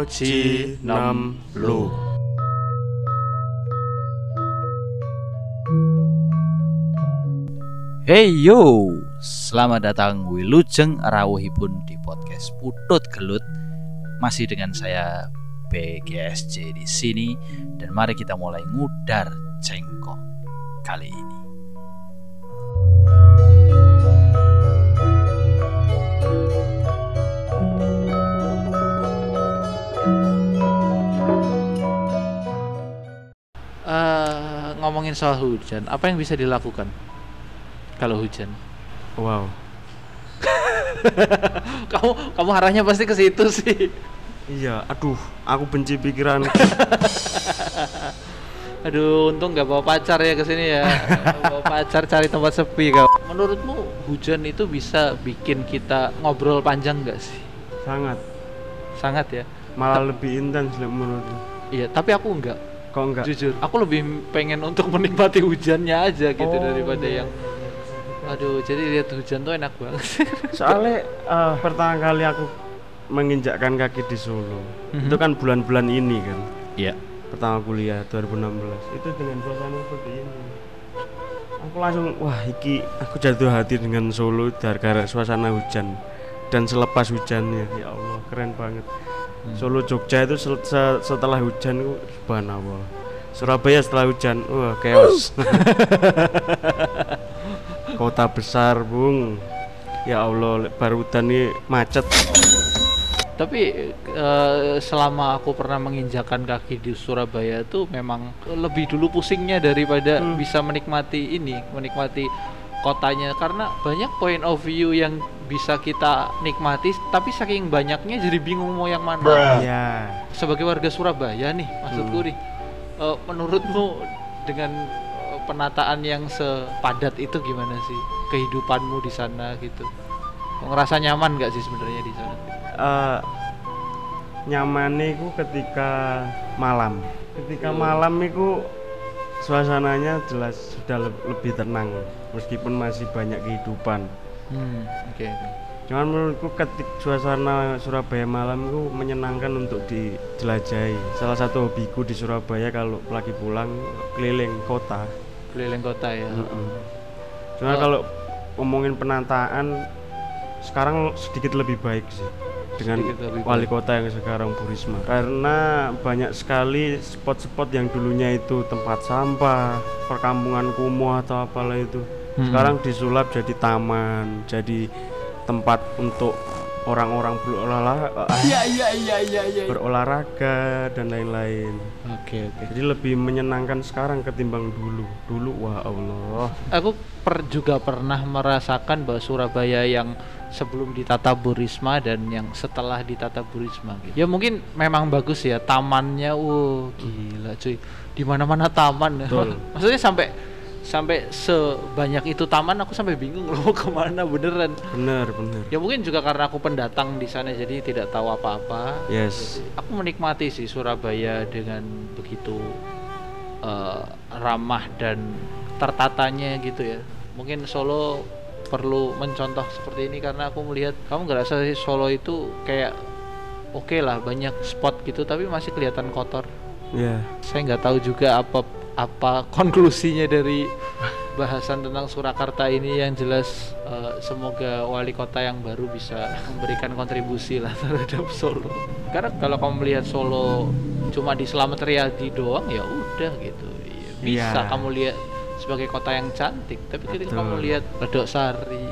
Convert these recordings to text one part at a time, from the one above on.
Mochi Nam Lu. Hey yo, selamat datang wilujeng rawuhipun di podcast Putut Gelut. Masih dengan saya BGSJ di sini dan mari kita mulai ngudar cengkok kali ini. Ngomongin soal hujan, apa yang bisa dilakukan kalau hujan? Wow. kamu arahnya pasti ke situ sih. Iya, aduh, aku benci pikiran. Aduh, untung nggak bawa pacar ya ke sini ya. Bawa pacar cari tempat sepi kau. Menurutmu hujan itu bisa bikin kita ngobrol panjang nggak sih? Sangat ya. Malah lebih intens menurutku. Iya, tapi aku enggak. Kok enggak? Jujur, aku lebih pengen untuk menikmati hujannya aja gitu daripada yang aduh, jadi lihat hujan tuh enak banget. Soalnya pertama kali aku menginjakkan kaki di Solo, itu kan bulan-bulan ini kan. Iya. Pertama kuliah 2016. Itu dengan suasana seperti ini. Aku langsung wah iki aku jatuh hati dengan Solo gara-gara suasana hujan dan selepas hujannya. Ya Allah, keren banget. Solo Jogja itu setelah hujan itu subhanallah. Surabaya setelah hujan, wah chaos. Kota besar, Bung. Ya Allah, baru hutan ini macet. Tapi selama aku pernah menginjakan kaki di Surabaya tuh memang lebih dulu pusingnya daripada bisa menikmati kotanya, karena banyak point of view yang bisa kita nikmati, tapi saking banyaknya jadi bingung mau yang mana. Ya. Sebagai warga Surabaya nih, maksudku nih, menurutmu dengan penataan yang sepadat itu gimana sih kehidupanmu di sana gitu? Ngerasa nyaman nggak sih sebenarnya di sana? Nyamannya itu ketika malam. Malam itu suasananya jelas sudah lebih tenang, meskipun masih banyak kehidupan. Okay. Cuman menurutku ketika suasana Surabaya malam itu menyenangkan untuk dijelajahi. Salah satu hobiku di Surabaya kalau lagi pulang keliling kota ya. Cuma kalau ngomongin penataan sekarang sedikit lebih baik sih dengan wali kota yang sekarang Bu Risma, karena banyak sekali spot-spot yang dulunya itu tempat sampah, perkampungan kumuh atau apalah itu, sekarang disulap jadi taman, jadi tempat untuk orang-orang berolahraga dan lain-lain. Oke. Jadi lebih menyenangkan sekarang ketimbang dulu wah Allah. Aku juga pernah merasakan bahwa Surabaya yang sebelum ditata Bu Risma dan yang setelah ditata Bu Risma gitu. Ya mungkin memang bagus ya tamannya. Gila cuy. Di mana-mana taman. Maksudnya sampai sebanyak itu taman, aku sampai bingung loh kemana beneran. Bener. Ya mungkin juga karena aku pendatang di sana jadi tidak tahu apa-apa. Yes. Aku menikmati sih Surabaya dengan begitu ramah dan tertatanya gitu ya. Mungkin Solo perlu mencontoh seperti ini, karena aku melihat, kamu nggak rasa sih Solo itu kayak oke lah banyak spot gitu tapi masih kelihatan kotor. Iya. Saya nggak tahu juga apa konklusinya dari bahasan tentang Surakarta ini. Yang jelas semoga wali kota yang baru bisa memberikan kontribusi lah terhadap Solo, karena kalau kamu melihat Solo cuma di Slamet Riyadi doang ya udah gitu ya, bisa kamu lihat sebagai kota yang cantik, tapi ketika kamu lihat Ledok Sari,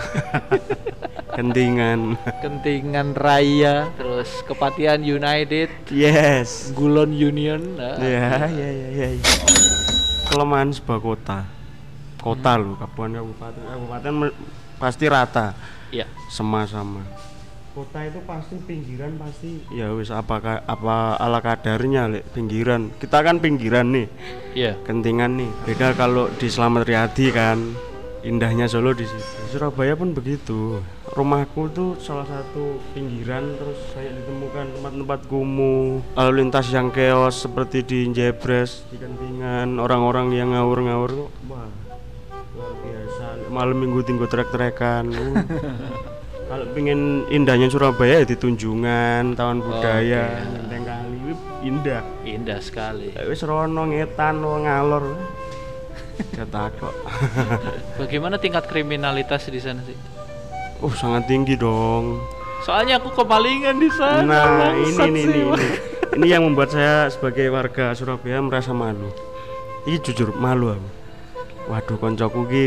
Kentingan Raya, terus Kepatihan United, yes, Gulon Union, ya. Kelemahan sebuah kota loh, kabupaten pasti rata, ya, sama kota itu pasti pinggiran pasti ya wis apa ala kadarnya pinggiran, kita kan pinggiran nih, Kentingan nih, beda kalau di Slamet Riyadi kan, indahnya Solo di situ. Surabaya pun begitu. Rumahku tuh salah satu pinggiran, terus saya ditemukan tempat-tempat kumuh, lalu lintas yang chaos seperti di Jebres, di Kentingan, orang-orang yang ngawur tuh, wah luar biasa. Malam minggu tinggal trek-trekan. Kalau pengen indahnya Surabaya ya di Tunjungan, Taman Budaya, Oke. Menteng Kali itu indah. Indah sekali. Wis rono ngetan ngalor. Cetak kok. Bagaimana tingkat kriminalitas di sana sih? Sangat tinggi dong. Soalnya aku kemalingan di sana. Nah, bangsat ini sih, Bang. ini yang membuat saya sebagai warga Surabaya merasa malu. Ini jujur malu aku. Waduh, koncoku ki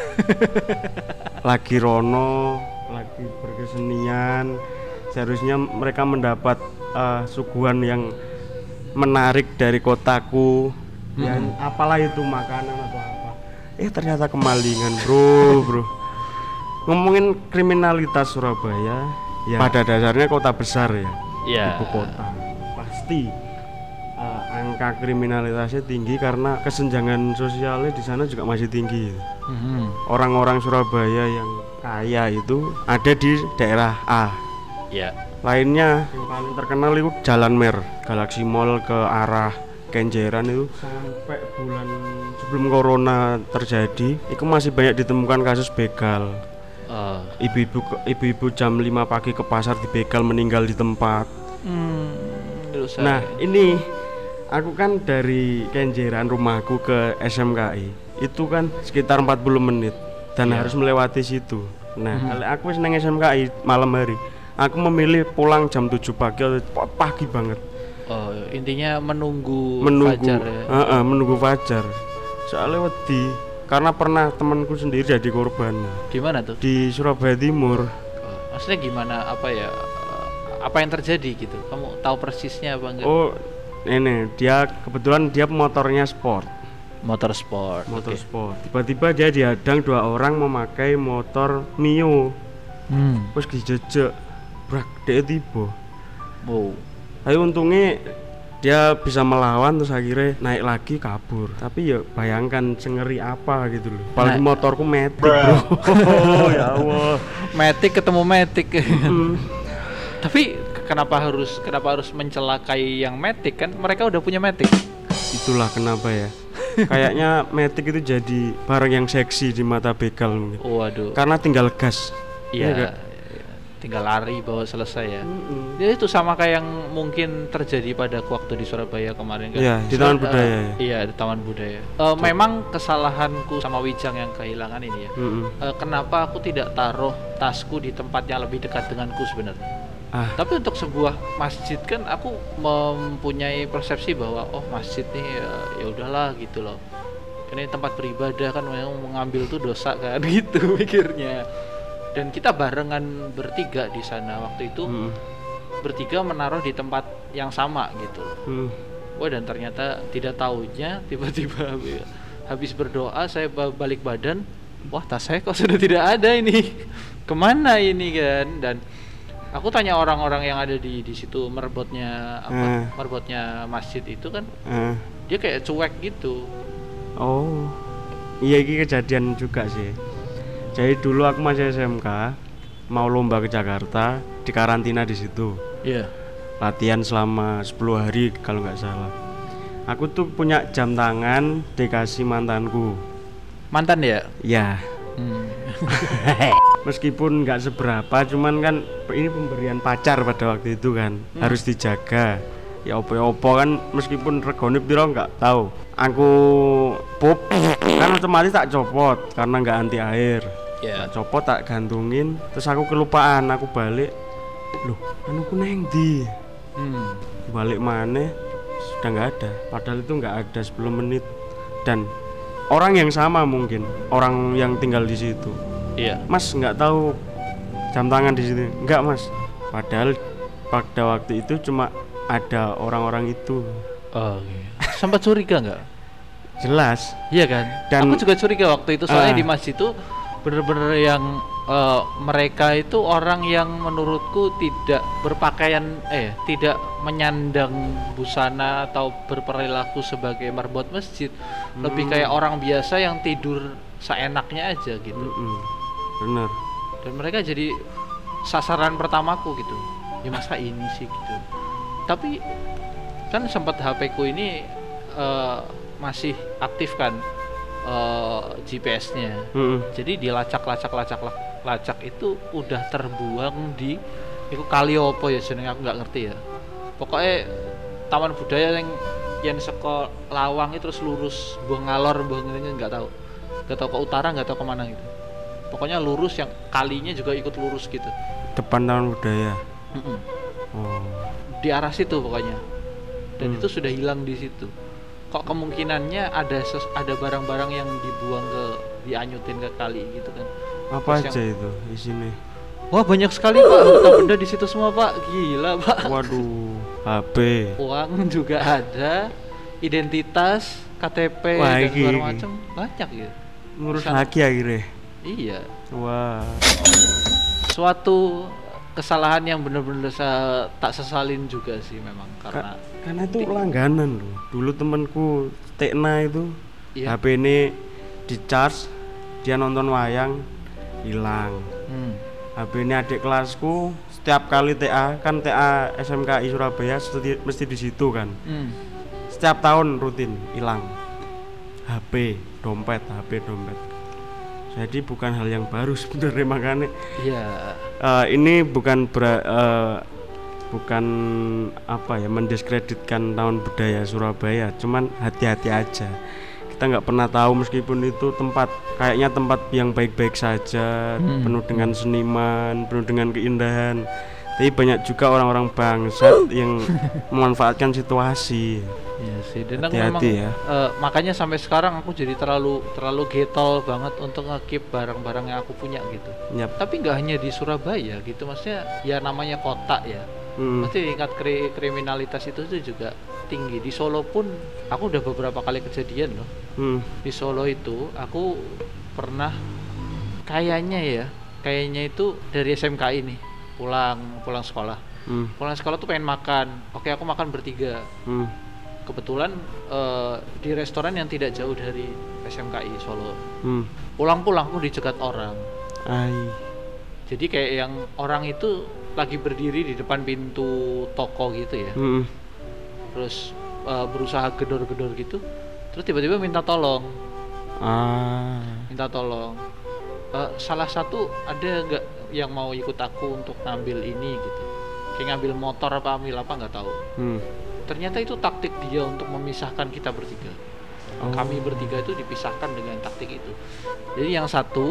lagi rono, lagi berkesenian. Seharusnya mereka mendapat suguhan yang menarik dari kotaku. Ya, apalah itu makanan atau apa. Ternyata kemalingan, bro. Ngomongin kriminalitas Surabaya, ya pada dasarnya kota besar ya. Iya. Ibu kota. Pasti angka kriminalitasnya tinggi karena kesenjangan sosialnya di sana juga masih tinggi. Orang-orang Surabaya yang kaya itu ada di daerah A. Ya. Lainnya yang paling terkenal itu Jalan Mer, Galaxy Mall ke arah Kenjeran itu sampai bulan sebelum corona terjadi, itu masih banyak ditemukan kasus begal. Ibu-ibu jam 5 pagi ke pasar dibegal meninggal di tempat. Nah, ini aku kan dari Kenjeran rumahku ke SMKI itu kan sekitar 40 menit dan harus melewati situ. Nah, kalau aku seneng SMKI malam hari, aku memilih pulang jam 7 pagi atau pagi banget. Intinya menunggu Fajar ya. Menunggu fajar. Soalnya wedi karena pernah temanku sendiri jadi korban. Gimana tuh? Di Surabaya Timur. Maksudnya gimana, apa ya? Apa yang terjadi gitu? Kamu tahu persisnya apa enggak? Ini dia kebetulan dia motornya sport. Motor sport. Sport. Tiba-tiba dia dihadang 2 orang memakai motor Mio. Terus dijejek. Brak, dia tiba. Tapi untungnya dia bisa melawan terus akhirnya naik lagi kabur. Tapi ya bayangkan sengeri apa gitu loh. Apalagi motorku Matic, bro. Ya Allah. Matic ketemu Matic. Tapi kenapa harus mencelakai yang Matic, kan mereka udah punya Matic. Itulah kenapa ya. Kayaknya Matic itu jadi barang yang seksi di mata begal mungkin. Waduh. Karena tinggal gas. Iya. Tinggal lari bawa selesai ya. Ya itu sama kayak yang mungkin terjadi pada waktu di Surabaya kemarin kan. Iya, di Taman Budaya. Iya, di Taman Budaya. Memang kesalahanku sama Wijang yang kehilangan ini ya. Kenapa aku tidak taruh tasku di tempat yang lebih dekat denganku sebenarnya. Tapi untuk sebuah masjid kan aku mempunyai persepsi bahwa masjid nih ya udahlah gitu loh. Ini tempat beribadah kan, memang mengambil tuh dosa kan gitu mikirnya. Dan kita barengan bertiga di sana waktu itu. Bertiga menaruh di tempat yang sama gitu. Dan ternyata tidak tahunya tiba-tiba habis berdoa saya balik badan, tas saya kok sudah tidak ada ini. Kemana ini kan? Dan aku tanya orang-orang yang ada di situ merbotnya merbotnya masjid itu kan. Dia kayak cuek gitu. Iya, ini kejadian juga sih. Jadi dulu aku masih SMK, mau lomba ke Jakarta, di karantina di situ. Iya. Latihan selama 10 hari kalau nggak salah. Aku tuh punya jam tangan dikasih mantanku. Mantan ya? Iya. Meskipun nggak seberapa, cuman kan ini pemberian pacar pada waktu itu kan, harus dijaga. Ya opo kan, meskipun regone piro nggak tahu. Aku pop kan otomatis tak copot karena nggak anti air. Tak copot, tak gantungin, terus aku kelupaan, aku balik. Loh, anuku neng di. Balik mana? Sudah nggak ada. Padahal itu nggak ada 10 menit. Dan orang yang sama mungkin, orang yang tinggal di situ. Iya. Mas nggak tahu jam tangan di situ? Nggak mas. Padahal pada waktu itu cuma ada orang-orang itu. Sempat curiga nggak? Jelas. Iya kan? Dan aku juga curiga waktu itu soalnya di masjid itu bener-bener yang mereka itu orang yang menurutku tidak berpakaian tidak menyandang busana atau berperilaku sebagai marbot masjid. Lebih kayak orang biasa yang tidur seenaknya aja gitu. Bener. Dan mereka jadi sasaran pertamaku gitu. Ya masa ini sih gitu. Tapi kan sempat HP ku ini masih aktif kan GPS-nya. Jadi dilacak lacak itu udah terbuang di iku kali apa ya jenenge aku nggak ngerti ya. Pokoknya taman budaya yang saka Lawang itu terus lurus mbuh ngalor mbuh ngene nggak tahu ke utara nggak tahu kemana gitu. Pokoknya lurus yang kalinya juga ikut lurus gitu. Depan taman budaya. Oh. Di arah situ pokoknya. Dan itu sudah hilang di situ. Kok kemungkinannya ada barang-barang yang dianyutin ke kali gitu kan. Apa terus aja itu isinya? Wah banyak sekali Pak, harta benda di situ semua Pak, gila Pak. Waduh, HP, uang juga ada, identitas, KTP wah, dan segala macam banyak ya. Ngurus lagi akhirnya. Iya. Wah. Suatu kesalahan yang benar-benar tak sesalin juga sih memang karena itu langganan loh. Dulu temanku Tekna itu, iya. HP ini di charge, dia nonton wayang hilang. HP ini adik kelasku setiap kali TA kan TA SMKI Surabaya mesti di situ kan. Setiap tahun rutin hilang. HP dompet. Jadi bukan hal yang baru sebenarnya makanya. Iya. Ini bukan apa ya mendiskreditkan tahun budaya Surabaya, cuman hati-hati aja. Kita nggak pernah tahu meskipun itu kayaknya tempat yang baik-baik saja, penuh dengan seniman, penuh dengan keindahan, tapi banyak juga orang-orang bangsat yang memanfaatkan situasi. Iya sih, dan hati-hati ya. Makanya sampai sekarang aku jadi terlalu getol banget untuk nge-keep barang-barang yang aku punya gitu. Yep. Tapi nggak hanya di Surabaya gitu, maksudnya ya namanya kota ya. Pasti tingkat kriminalitas itu juga tinggi. Di Solo pun aku udah beberapa kali kejadian loh. Di Solo itu aku pernah kayaknya itu dari SMKI nih pulang sekolah. Pulang sekolah tuh pengen makan. Oke, aku makan bertiga. Kebetulan di restoran yang tidak jauh dari SMKI Solo. Pulang-pulang aku dicegat orang. Jadi kayak yang orang itu lagi berdiri di depan pintu toko gitu ya. Terus berusaha gedor-gedor gitu. Terus tiba-tiba minta tolong. Minta tolong. Salah satu ada nggak yang mau ikut aku untuk ngambil ini gitu. Kayak ngambil motor apa ambil apa nggak tahu. Ternyata itu taktik dia untuk memisahkan kita bertiga. Kami bertiga itu dipisahkan dengan taktik itu. Jadi yang satu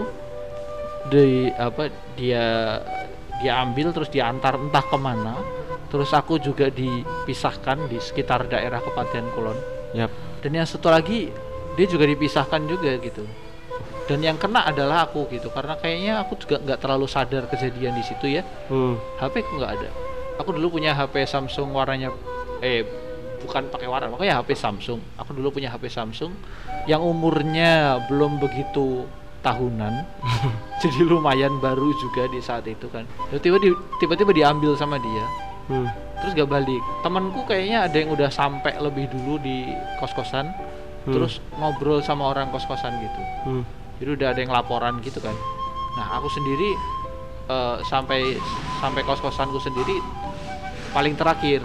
dia ambil terus diantar entah kemana. Terus aku juga dipisahkan di sekitar daerah Kepatihan Kulon. Dan yang satu lagi dia juga dipisahkan juga gitu. Dan yang kena adalah aku gitu, karena kayaknya aku juga nggak terlalu sadar kejadian di situ ya. HP ku nggak ada. Aku dulu punya HP Samsung warnanya bukan pakai warna, makanya HP Samsung. Aku dulu punya HP Samsung yang umurnya belum begitu tahunan. Jadi lumayan baru juga di saat itu kan. Tiba-tiba diambil sama dia. Terus gak balik. Temanku kayaknya ada yang udah sampai lebih dulu di kos-kosan. Terus ngobrol sama orang kos-kosan gitu. Jadi udah ada yang laporan gitu kan. Nah, aku sendiri sampai kos-kosanku sendiri paling terakhir.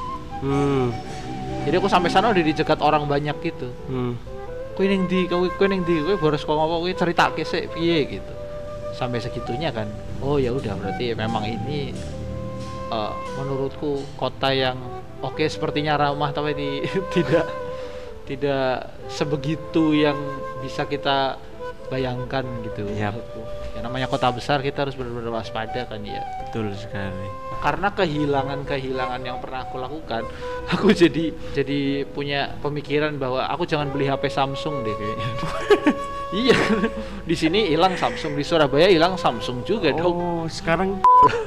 Jadi aku sampai sana udah dicegat orang banyak gitu. Kowe ning ndi, kowe boros kok ngopo kowe ceritake sik piye gitu. Sampai segitunya kan. Oh ya udah berarti memang ini menurutku kota yang oke sepertinya ramah tapi tidak sebegitu yang bisa kita bayangkan gitu. Ya namanya kota besar kita harus benar-benar waspada kan ya. Betul sekali. Karena kehilangan yang pernah aku lakukan, aku jadi punya pemikiran bahwa aku jangan beli HP Samsung deh kayaknya. Iya, di sini hilang Samsung, di Surabaya hilang Samsung juga dong. Oh, sekarang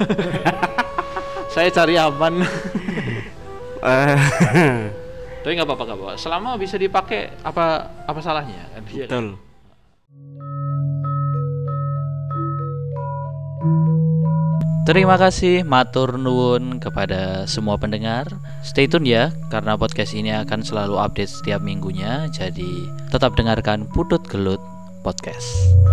saya cari aman. Tapi nggak apa-apa. Selama bisa dipakai, apa salahnya? Betul. Terima kasih matur nuwun kepada semua pendengar. Stay tune ya, karena podcast ini akan selalu update setiap minggunya. Jadi tetap dengarkan Putut Gelut Podcast.